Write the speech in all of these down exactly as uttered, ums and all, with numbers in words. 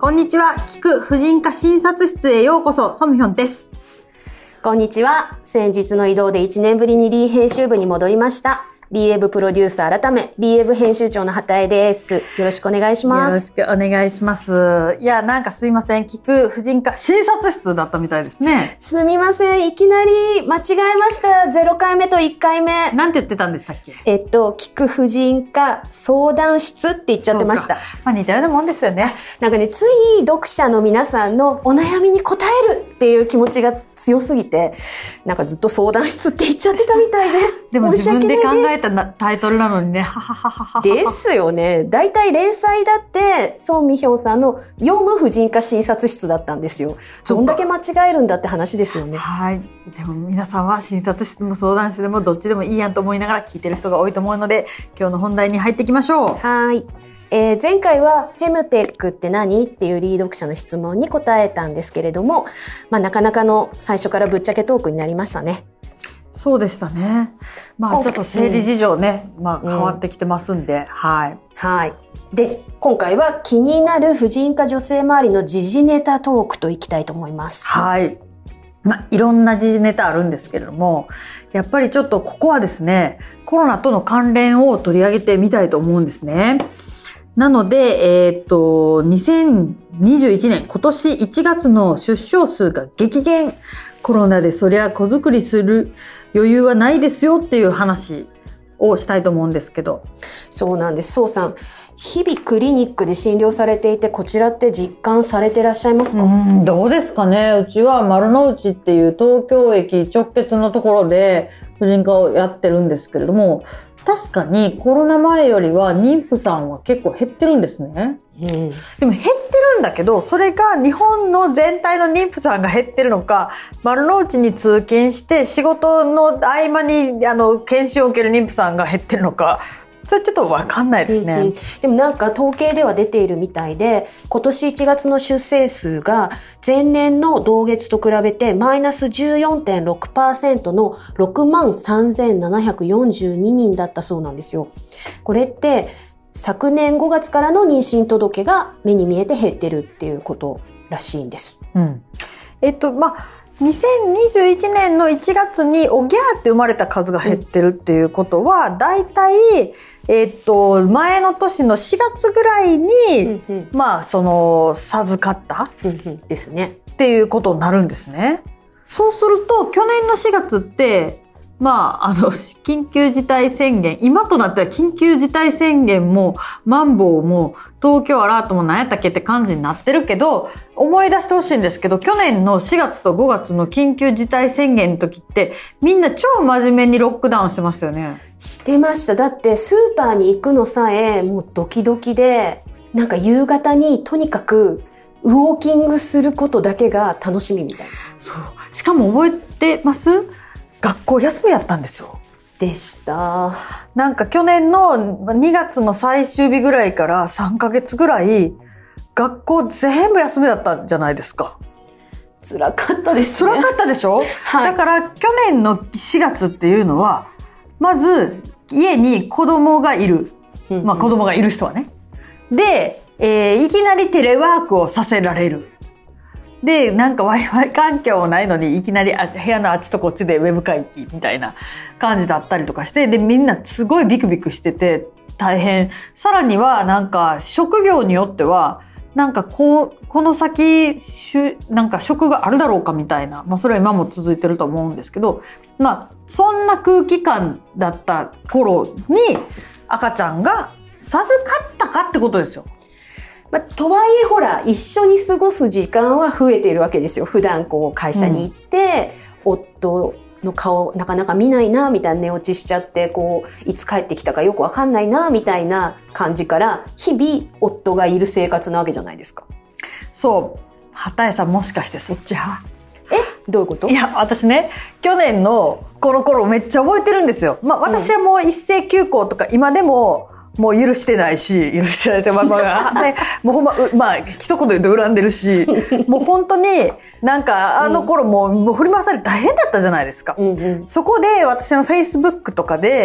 こんにちは。聞く婦人科診察室へようこそ。ソムヒョンです。 こんにちは。先日の移動でいちねんぶりにリー編集部に戻りました。リーエブプロデューサー改め、リーエブ編集長の畑江です。よろしくお願いします。 よろしくお願いします。いや、なんかすいません。聞く婦人科診察室だったみたいですね。 すみません。いきなり間違えました。ゼロかいめといっかいめ。 なんて言ってたんでしたっけ？ えっと、聞く婦人科相談室って言っちゃってました。 まあ似たようなもんですよね。 なんかね、つい読者の皆さんのお悩みに答えるっていう気持ちが強すぎて、なんかずっと相談室って言っちゃってたみたいで。 でも自分で考えたたタイトルなのにね、ははははは。 ですよね。だいたい連載だって、ソン・ミヒョンさんの読む婦人科診察室だったんですよ。どんだけ間違えるんだって話ですよね。 はい。でも皆さんは診察室も相談室でもどっちでもいいやんと思いながら聞いてる人が多いと思うので、今日の本題に入っていきましょう。 はい。えー、前回はフェムテックって何っていうリー読者の質問に答えたんですけれども、まあなかなかの最初からぶっちゃけトークになりましたね。 そうでしたね。まあちょっと生理事情ね、うん、まあ変わってきてますんで、うん、はい。 はい。で、今回は気になる婦人科女性周りの時事ネタトークといきたいと思います。 はい。まあいろんな時事ネタあるんですけれども、やっぱりちょっとここはですね、コロナとの関連を取り上げてみたいと思うんですね。なので、えっと、にせんにじゅういちねん、今年いちがつの出生数が激減。コロナでそりゃ子作りする余裕はないですよっていう話をしたいと思うんですけど。 そうなんです。そうさん、日々クリニックで診療されていて、こちらって実感されてらっしゃいますか？ うん、どうですかね。うちは丸の内っていう東京駅直結のところで婦人科をやってるんですけれども、確かにコロナ前よりは妊婦さんは結構減ってるんですね。うん、でも減ってるんだけど、それが日本の全体の妊婦さんが減ってるのか、丸の内に通勤して仕事の合間にあの検診を受ける妊婦さんが減ってるのか、それちょっと分かんないですね。うんうん、 でもなんか統計では出ているみたいで、今年いちがつの出生数が前年の同月と比べてマイナス じゅうよんてんろくパーセント のろくまんさんぜんななひゃくよんじゅうににんだったそうなんですよ。これって昨年ごがつからの妊娠届が目に見えて減ってるっていうことらしいんです。 うん。えっと、まあ、にせんにじゅういちねんのいちがつにおぎゃーって生まれた数が減ってるっていうことは、うん、だいたいえっと、前の年のしがつぐらいに、うんうん、まあ、その、授かった、 うんうん、ですね。 っていうことになるんですね。そうすると、去年のしがつって、まあ、あの、緊急事態宣言、今となっては緊急事態宣言も、マンボウも、東京アラートも何やったっけって感じになってるけど、思い出してほしいんですけど、去年のしがつとごがつの緊急事態宣言の時って、みんな超真面目にロックダウンしてましたよね。 してました。だってスーパーに行くのさえもうドキドキで、なんか夕方にとにかくウォーキングすることだけが楽しみみたいな。 そう。しかも覚えてます？学校休みやったんですよ。 でした。 なんか去年のにがつの最終日ぐらいからさんかげつぐらい学校全部休みだったんじゃないですか。 辛かったですね。 辛かったでしょ？はい。だから去年のしがつっていうのは、まず家に子供がいる。うんうん、まあ子供がいる人はね。で、えー、いきなりテレワークをさせられる。で、なんか Wi-Fi 環境ないのにいきなり部屋のあっちとこっちでウェブ会議みたいな感じだったりとかして、で、みんなすごいビクビクしてて大変。さらにはなんか職業によっては、なんかこう、この先、なんか職があるだろうかみたいな、まあそれは今も続いてると思うんですけど、まあそんな空気感だった頃に赤ちゃんが授かったかってことですよ。 まあ、とはいえほら、一緒に過ごす時間は増えているわけですよ。普段こう会社に行って、うん、夫の顔なかなか見ないな、みたいな寝落ちしちゃって、こう、いつ帰ってきたかよくわかんないな、みたいな感じから、日々夫がいる生活なわけじゃないですか。 そう。畑江さんもしかしてそっち派？ え？どういうこと？ いや、私ね、去年のこの頃めっちゃ覚えてるんですよ。まあ私はもう一斉休校とか今でも、もう許してないし、許してないって、まあまあ、ね、もうほんま、まあ、一言で言うと恨んでるし、もう本当になんかあの頃もう、もう振り回されて大変だったじゃないですか。うんうん、そこで私の Facebook とかで、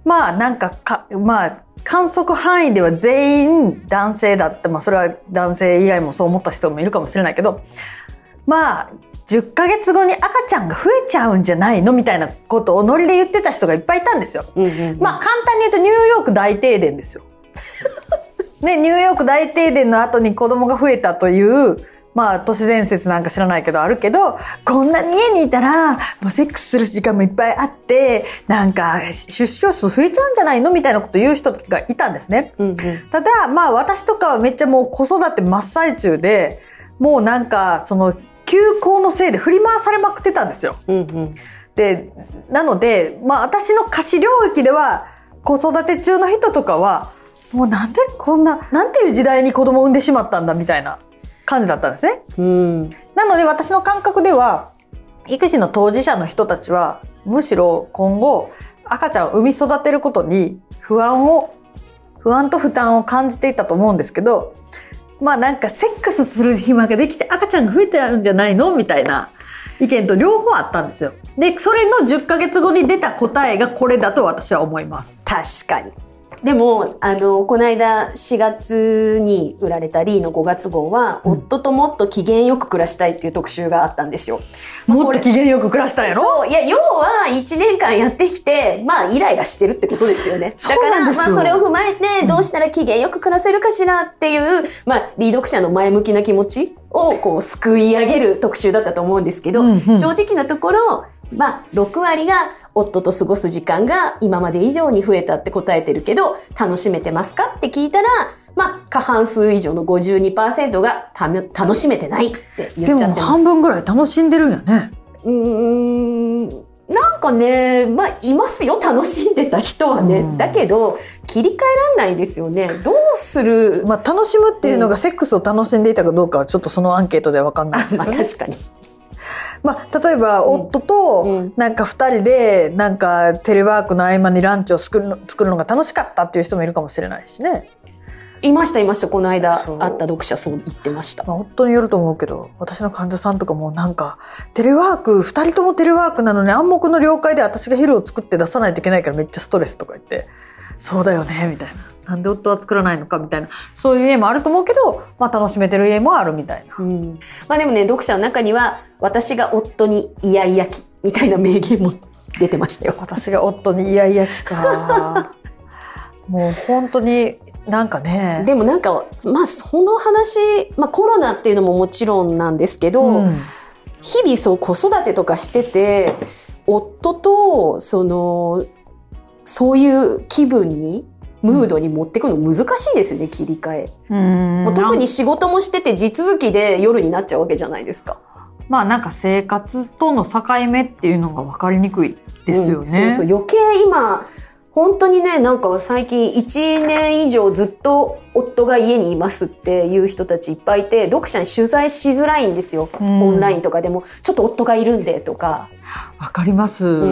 まあなんかか、まあ観測範囲では全員男性だって、まあそれは男性以外もそう思った人もいるかもしれないけど、まあじゅっかげつごに赤ちゃんが増えちゃうんじゃないのみたいなことをノリで言ってた人がいっぱいいたんですよ。うんうんうん、まあ簡単に言うとニューヨーク大停電ですよ。ね、ニューヨーク大停電の後に子供が増えたという、まあ都市伝説なんか知らないけどあるけど、こんなに家にいたらもうセックスする時間もいっぱいあって、なんか出生数増えちゃうんじゃないのみたいなことを言う人がいたんですね。うんうん、ただまあ私とかはめっちゃもう子育て真っ最中で、もうなんかその休校のせいで振り回されまくってたんですよ。うんうん、で、なので、まあ私の可視領域では子育て中の人とかはもうなんでこんな、なんていう時代に子供を産んでしまったんだみたいな感じだったんですね。うん、なので私の感覚では育児の当事者の人たちはむしろ今後赤ちゃんを産み育てることに不安を、不安と負担を感じていたと思うんですけど、まあなんかセックスする暇ができて赤ちゃんが増えてあるんじゃないのみたいな意見と両方あったんですよ。で、それのじゅっかげつごに出た答えがこれだと私は思います。 確かに。でも、あの、この間しがつに売られたリーのごがつ号は、うん、夫ともっと機嫌よく暮らしたいっていう特集があったんですよ。 もっと機嫌よく暮らしたいやろ？ そう。いや、要はいちねんかんやってきて、まあ、イライラしてるってことですよね。だから、まあ、それを踏まえて、どうしたら機嫌よく暮らせるかしらっていう、うん、まあ、リー読者の前向きな気持ちを、こう、すくい上げる特集だったと思うんですけど、うんうん、正直なところ、まあ、ろくわりが夫と過ごす時間が今まで以上に増えたって答えてるけど、楽しめてますかって聞いたら、まあ、過半数以上の ごじゅうにパーセント がた楽しめてないって言っちゃってます。 でも半分ぐらい楽しんでるんやね。 うーん、なんかね、まあ、いますよ、楽しんでた人はね。うん、だけど、切り替えらんないですよね。どうする？ まあ、楽しむっていうのがセックスを楽しんでいたかどうかはちょっとそのアンケートでは分かんないですよね。 まあ、確かに。 まあ、例えば夫となんかふたりでなんかテレワークの合間にランチを作るの、作るのが楽しかったっていう人もいるかもしれないしね。 いましたいました。この間会った読者そう言ってました。 まあ、夫によると思うけど、私の患者さんとかもなんかテレワークふたりともテレワークなのに暗黙の了解で私が昼を作って出さないといけないからめっちゃストレスとか言って、そうだよねみたいな。なんで夫は作らないのかみたいな、そういう家もあると思うけど、まあ楽しめてる家もあるみたいな。うん、 まあでもね、読者の中には私が夫にイヤイヤ期みたいな名言も出てましたよ。 私が夫にイヤイヤ期か。もう本当になんかね。 でもなんかまあその話、まあコロナっていうのももちろんなんですけど、うん、日々そう子育てとかしてて、夫とそのそういう気分に。ムードに持ってくの難しいですよね、切り替え。うん、もう特に仕事もしてて地続きで夜になっちゃうわけじゃないですか。 まあなんか生活との境目っていうのが分かりにくいですよね。うん、 そうそう、余計今本当にね、なんか最近いちねん以上ずっと夫が家にいますっていう人たちいっぱいいて、読者に取材しづらいんですよ。うん、オンラインとかでもちょっと夫がいるんでとか。 わかります、うん、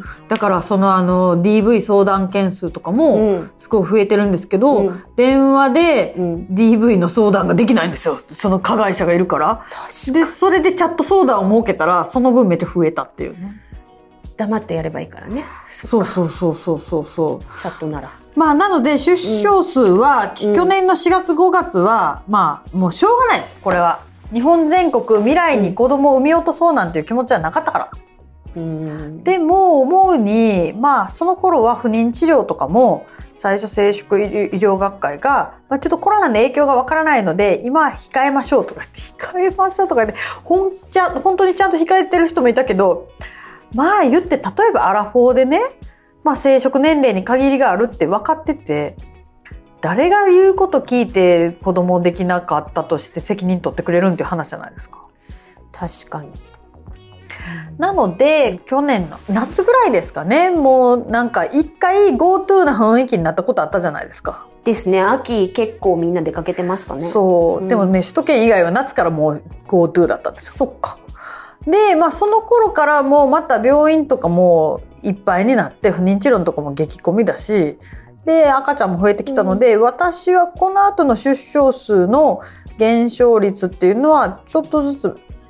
だからそのあの ディーブイ 相談件数とかもすごい増えてるんですけど、うん、電話で ディーブイ の相談ができないんですよ、その加害者がいるから。でそれでチャット相談を設けたらその分めっちゃ増えたっていうね。 黙ってやればいいからね。 そうそうそうそうそうそう。 チャットなら。 まあなので出生数は、うん、去年のしがつごがつはまあもうしょうがないです。これは日本全国未来に子供を産み落とそうなんていう気持ちはなかったから。うん、でも思うに、まあその頃は不妊治療とかも最初生殖医療学会が、まあ、ちょっとコロナの影響がわからないので今控えましょうとか言って控えましょうとか言ってほんちゃ本当にちゃんと控えてる人もいたけど、まあ言って例えばアラフォーでね、まあ、生殖年齢に限りがあるって分かってて、誰が言うこと聞いて子供できなかったとして責任取ってくれるんっていう話じゃないですか。 確かに。 なので去年の夏ぐらいですかね、もうなんか一回 GoTo な雰囲気になったことあったじゃないですか。 ですね。秋結構みんな出かけてましたね。 そう、うん、でもね首都圏以外は夏からもう GoTo だったんですよ。 そっか。 でまあその頃からもうまた病院とかもいっぱいになって不妊治療のとこも激混みだし、で赤ちゃんも増えてきたので、うん、私はこの後の出生数の減少率っていうのはちょっとずつ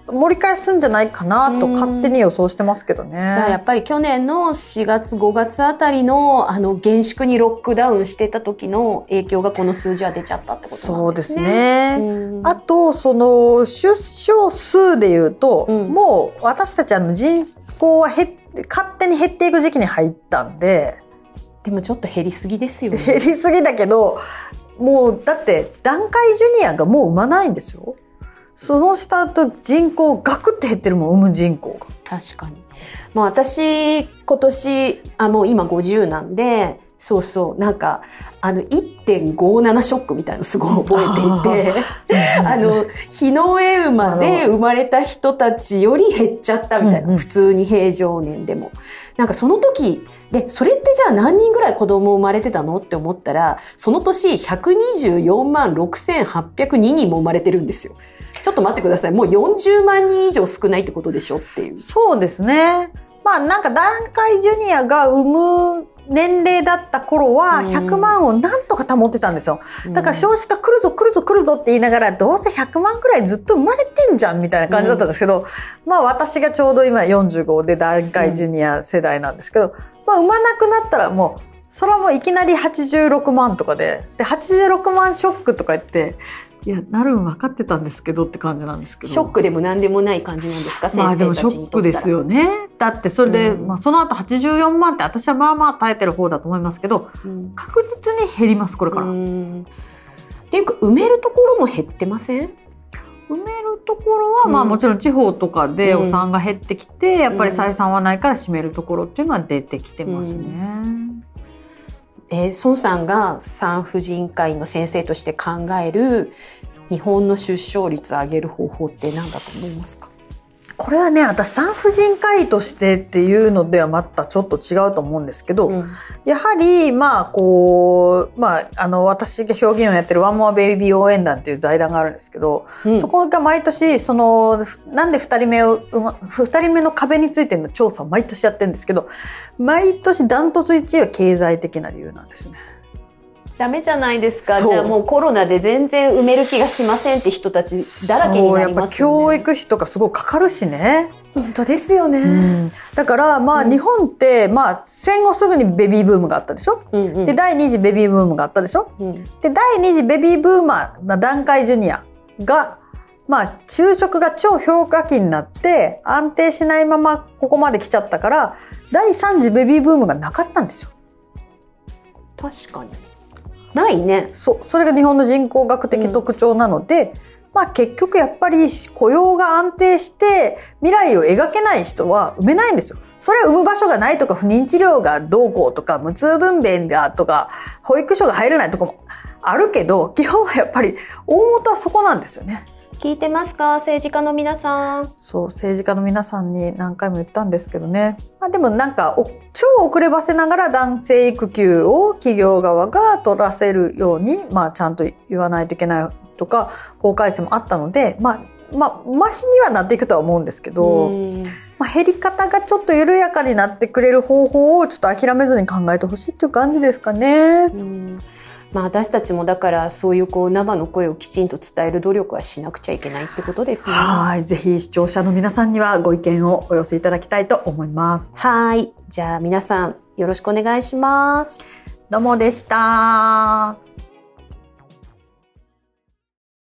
盛り返すんじゃないかなと勝手に予想してますけどね。 じゃあやっぱり去年のしがつごがつあたりのあの厳粛にロックダウンしてた時の影響がこの数字は出ちゃったってことなんですね。 そうですね。あとその出生数でいうと、うん、もう私たちあの人口は減って勝手に減っていく時期に入ったんで。 でもちょっと減りすぎですよね。 減りすぎだけどもうだって団塊ジュニアがもう産まないんですよ。その下と人口ガクって減ってるもん、産む人口が。 確かに。まあ私今年あもう今ごじゅうなんで、そうそうなんかあの いってんごなな ショックみたいなのすごい覚えていてあの日の上馬で生まれた人たちより減っちゃったみたいな、うんうん、普通に平常年でもなんかその時でそれってじゃあ何人ぐらい子供生まれてたのって思ったら、その年ひゃくにじゅうよんまんろくせんはっぴゃくににんも生まれてるんですよ。ちょっと待ってください。もうよんじゅうまんにん以上少ないってことでしょっていう。 そうですね。まあなんか団塊ジュニアが産む年齢だった頃はひゃくまんをなんとか保ってたんですよ。だから少子化来るぞ来るぞ来るぞって言いながら、どうせひゃくまんくらいずっと生まれてんじゃんみたいな感じだったんですけど、うん、まあ私がちょうど今よんじゅうごで団塊ジュニア世代なんですけど、うん、まあ産まなくなったらもうそれはもういきなりはちじゅうろくまんとかで、ではちじゅうろくまんショックとか言って、いやなるん分かってたんですけどって感じなんですけど。 ショックでも何でもない感じなんですか、先生たちにとったら。まあでもショックですよね。だってそれで、うん、まあ、その後はちじゅうよんまんって私はまあまあ耐えてる方だと思いますけど、うん、確実に減りますこれから。うん、 っていうか埋めるところも減ってません？ 埋めるところは、まあもちろん地方とかでお産が減ってきて、うん、やっぱり採算はないから占めるところっていうのは出てきてますね。うんえー、孫さんが産婦人科医の先生として考える日本の出生率を上げる方法って何だと思いますか？ これはね、私産婦人科医としてっていうのではまたちょっと違うと思うんですけど、うん、やはりまあこう、まあ、あの私が表現をやってるワンモアベイビー応援団っていう財団があるんですけど、うん、そこが毎年そのなんでふたりめをふたりめの壁についての調査を毎年やってるんですけど、毎年ダントツいちいは経済的な理由なんですよね。 ダメじゃないですか。じゃあもうコロナで全然埋める気がしませんって人たちだらけになりますよね。そうやっぱ教育費とかすごいかかるしね。 本当ですよね。うん、 だからまあ日本って、まあ、戦後すぐにベビーブームがあったでしょ、うんうん、で第二次ベビーブームがあったでしょ、うん、で第二次ベビーブーマー、まあ、団塊ジュニアが、まあ、就職が超氷河期になって安定しないままここまで来ちゃったから第三次ベビーブームがなかったんですよ。 確かにないね。 そう、それが日本の人口学的特徴なので、うん、まあ結局やっぱり雇用が安定して未来を描けない人は産めないんですよ。それは産む場所がないとか不妊治療がどうこうとか無痛分娩がとか保育所が入れないとかもあるけど、基本はやっぱり大元はそこなんですよね。 聞いてますか、政治家の皆さん。 そう、政治家の皆さんに何回も言ったんですけどね。まあ、でもなんか超遅ればせながら男性育休を企業側が取らせるように、まあ、ちゃんと言わないといけないとか法改正もあったので、まあまあ、マシにはなっていくとは思うんですけど、まあ、減り方がちょっと緩やかになってくれる方法をちょっと諦めずに考えてほしいっていう感じですかね。 うんまあ、私たちもだからそういうこう生の声をきちんと伝える努力はしなくちゃいけないってことですね。 はい、ぜひ視聴者の皆さんにはご意見をお寄せいただきたいと思います。 はい、じゃあ皆さんよろしくお願いします。 どうもでした。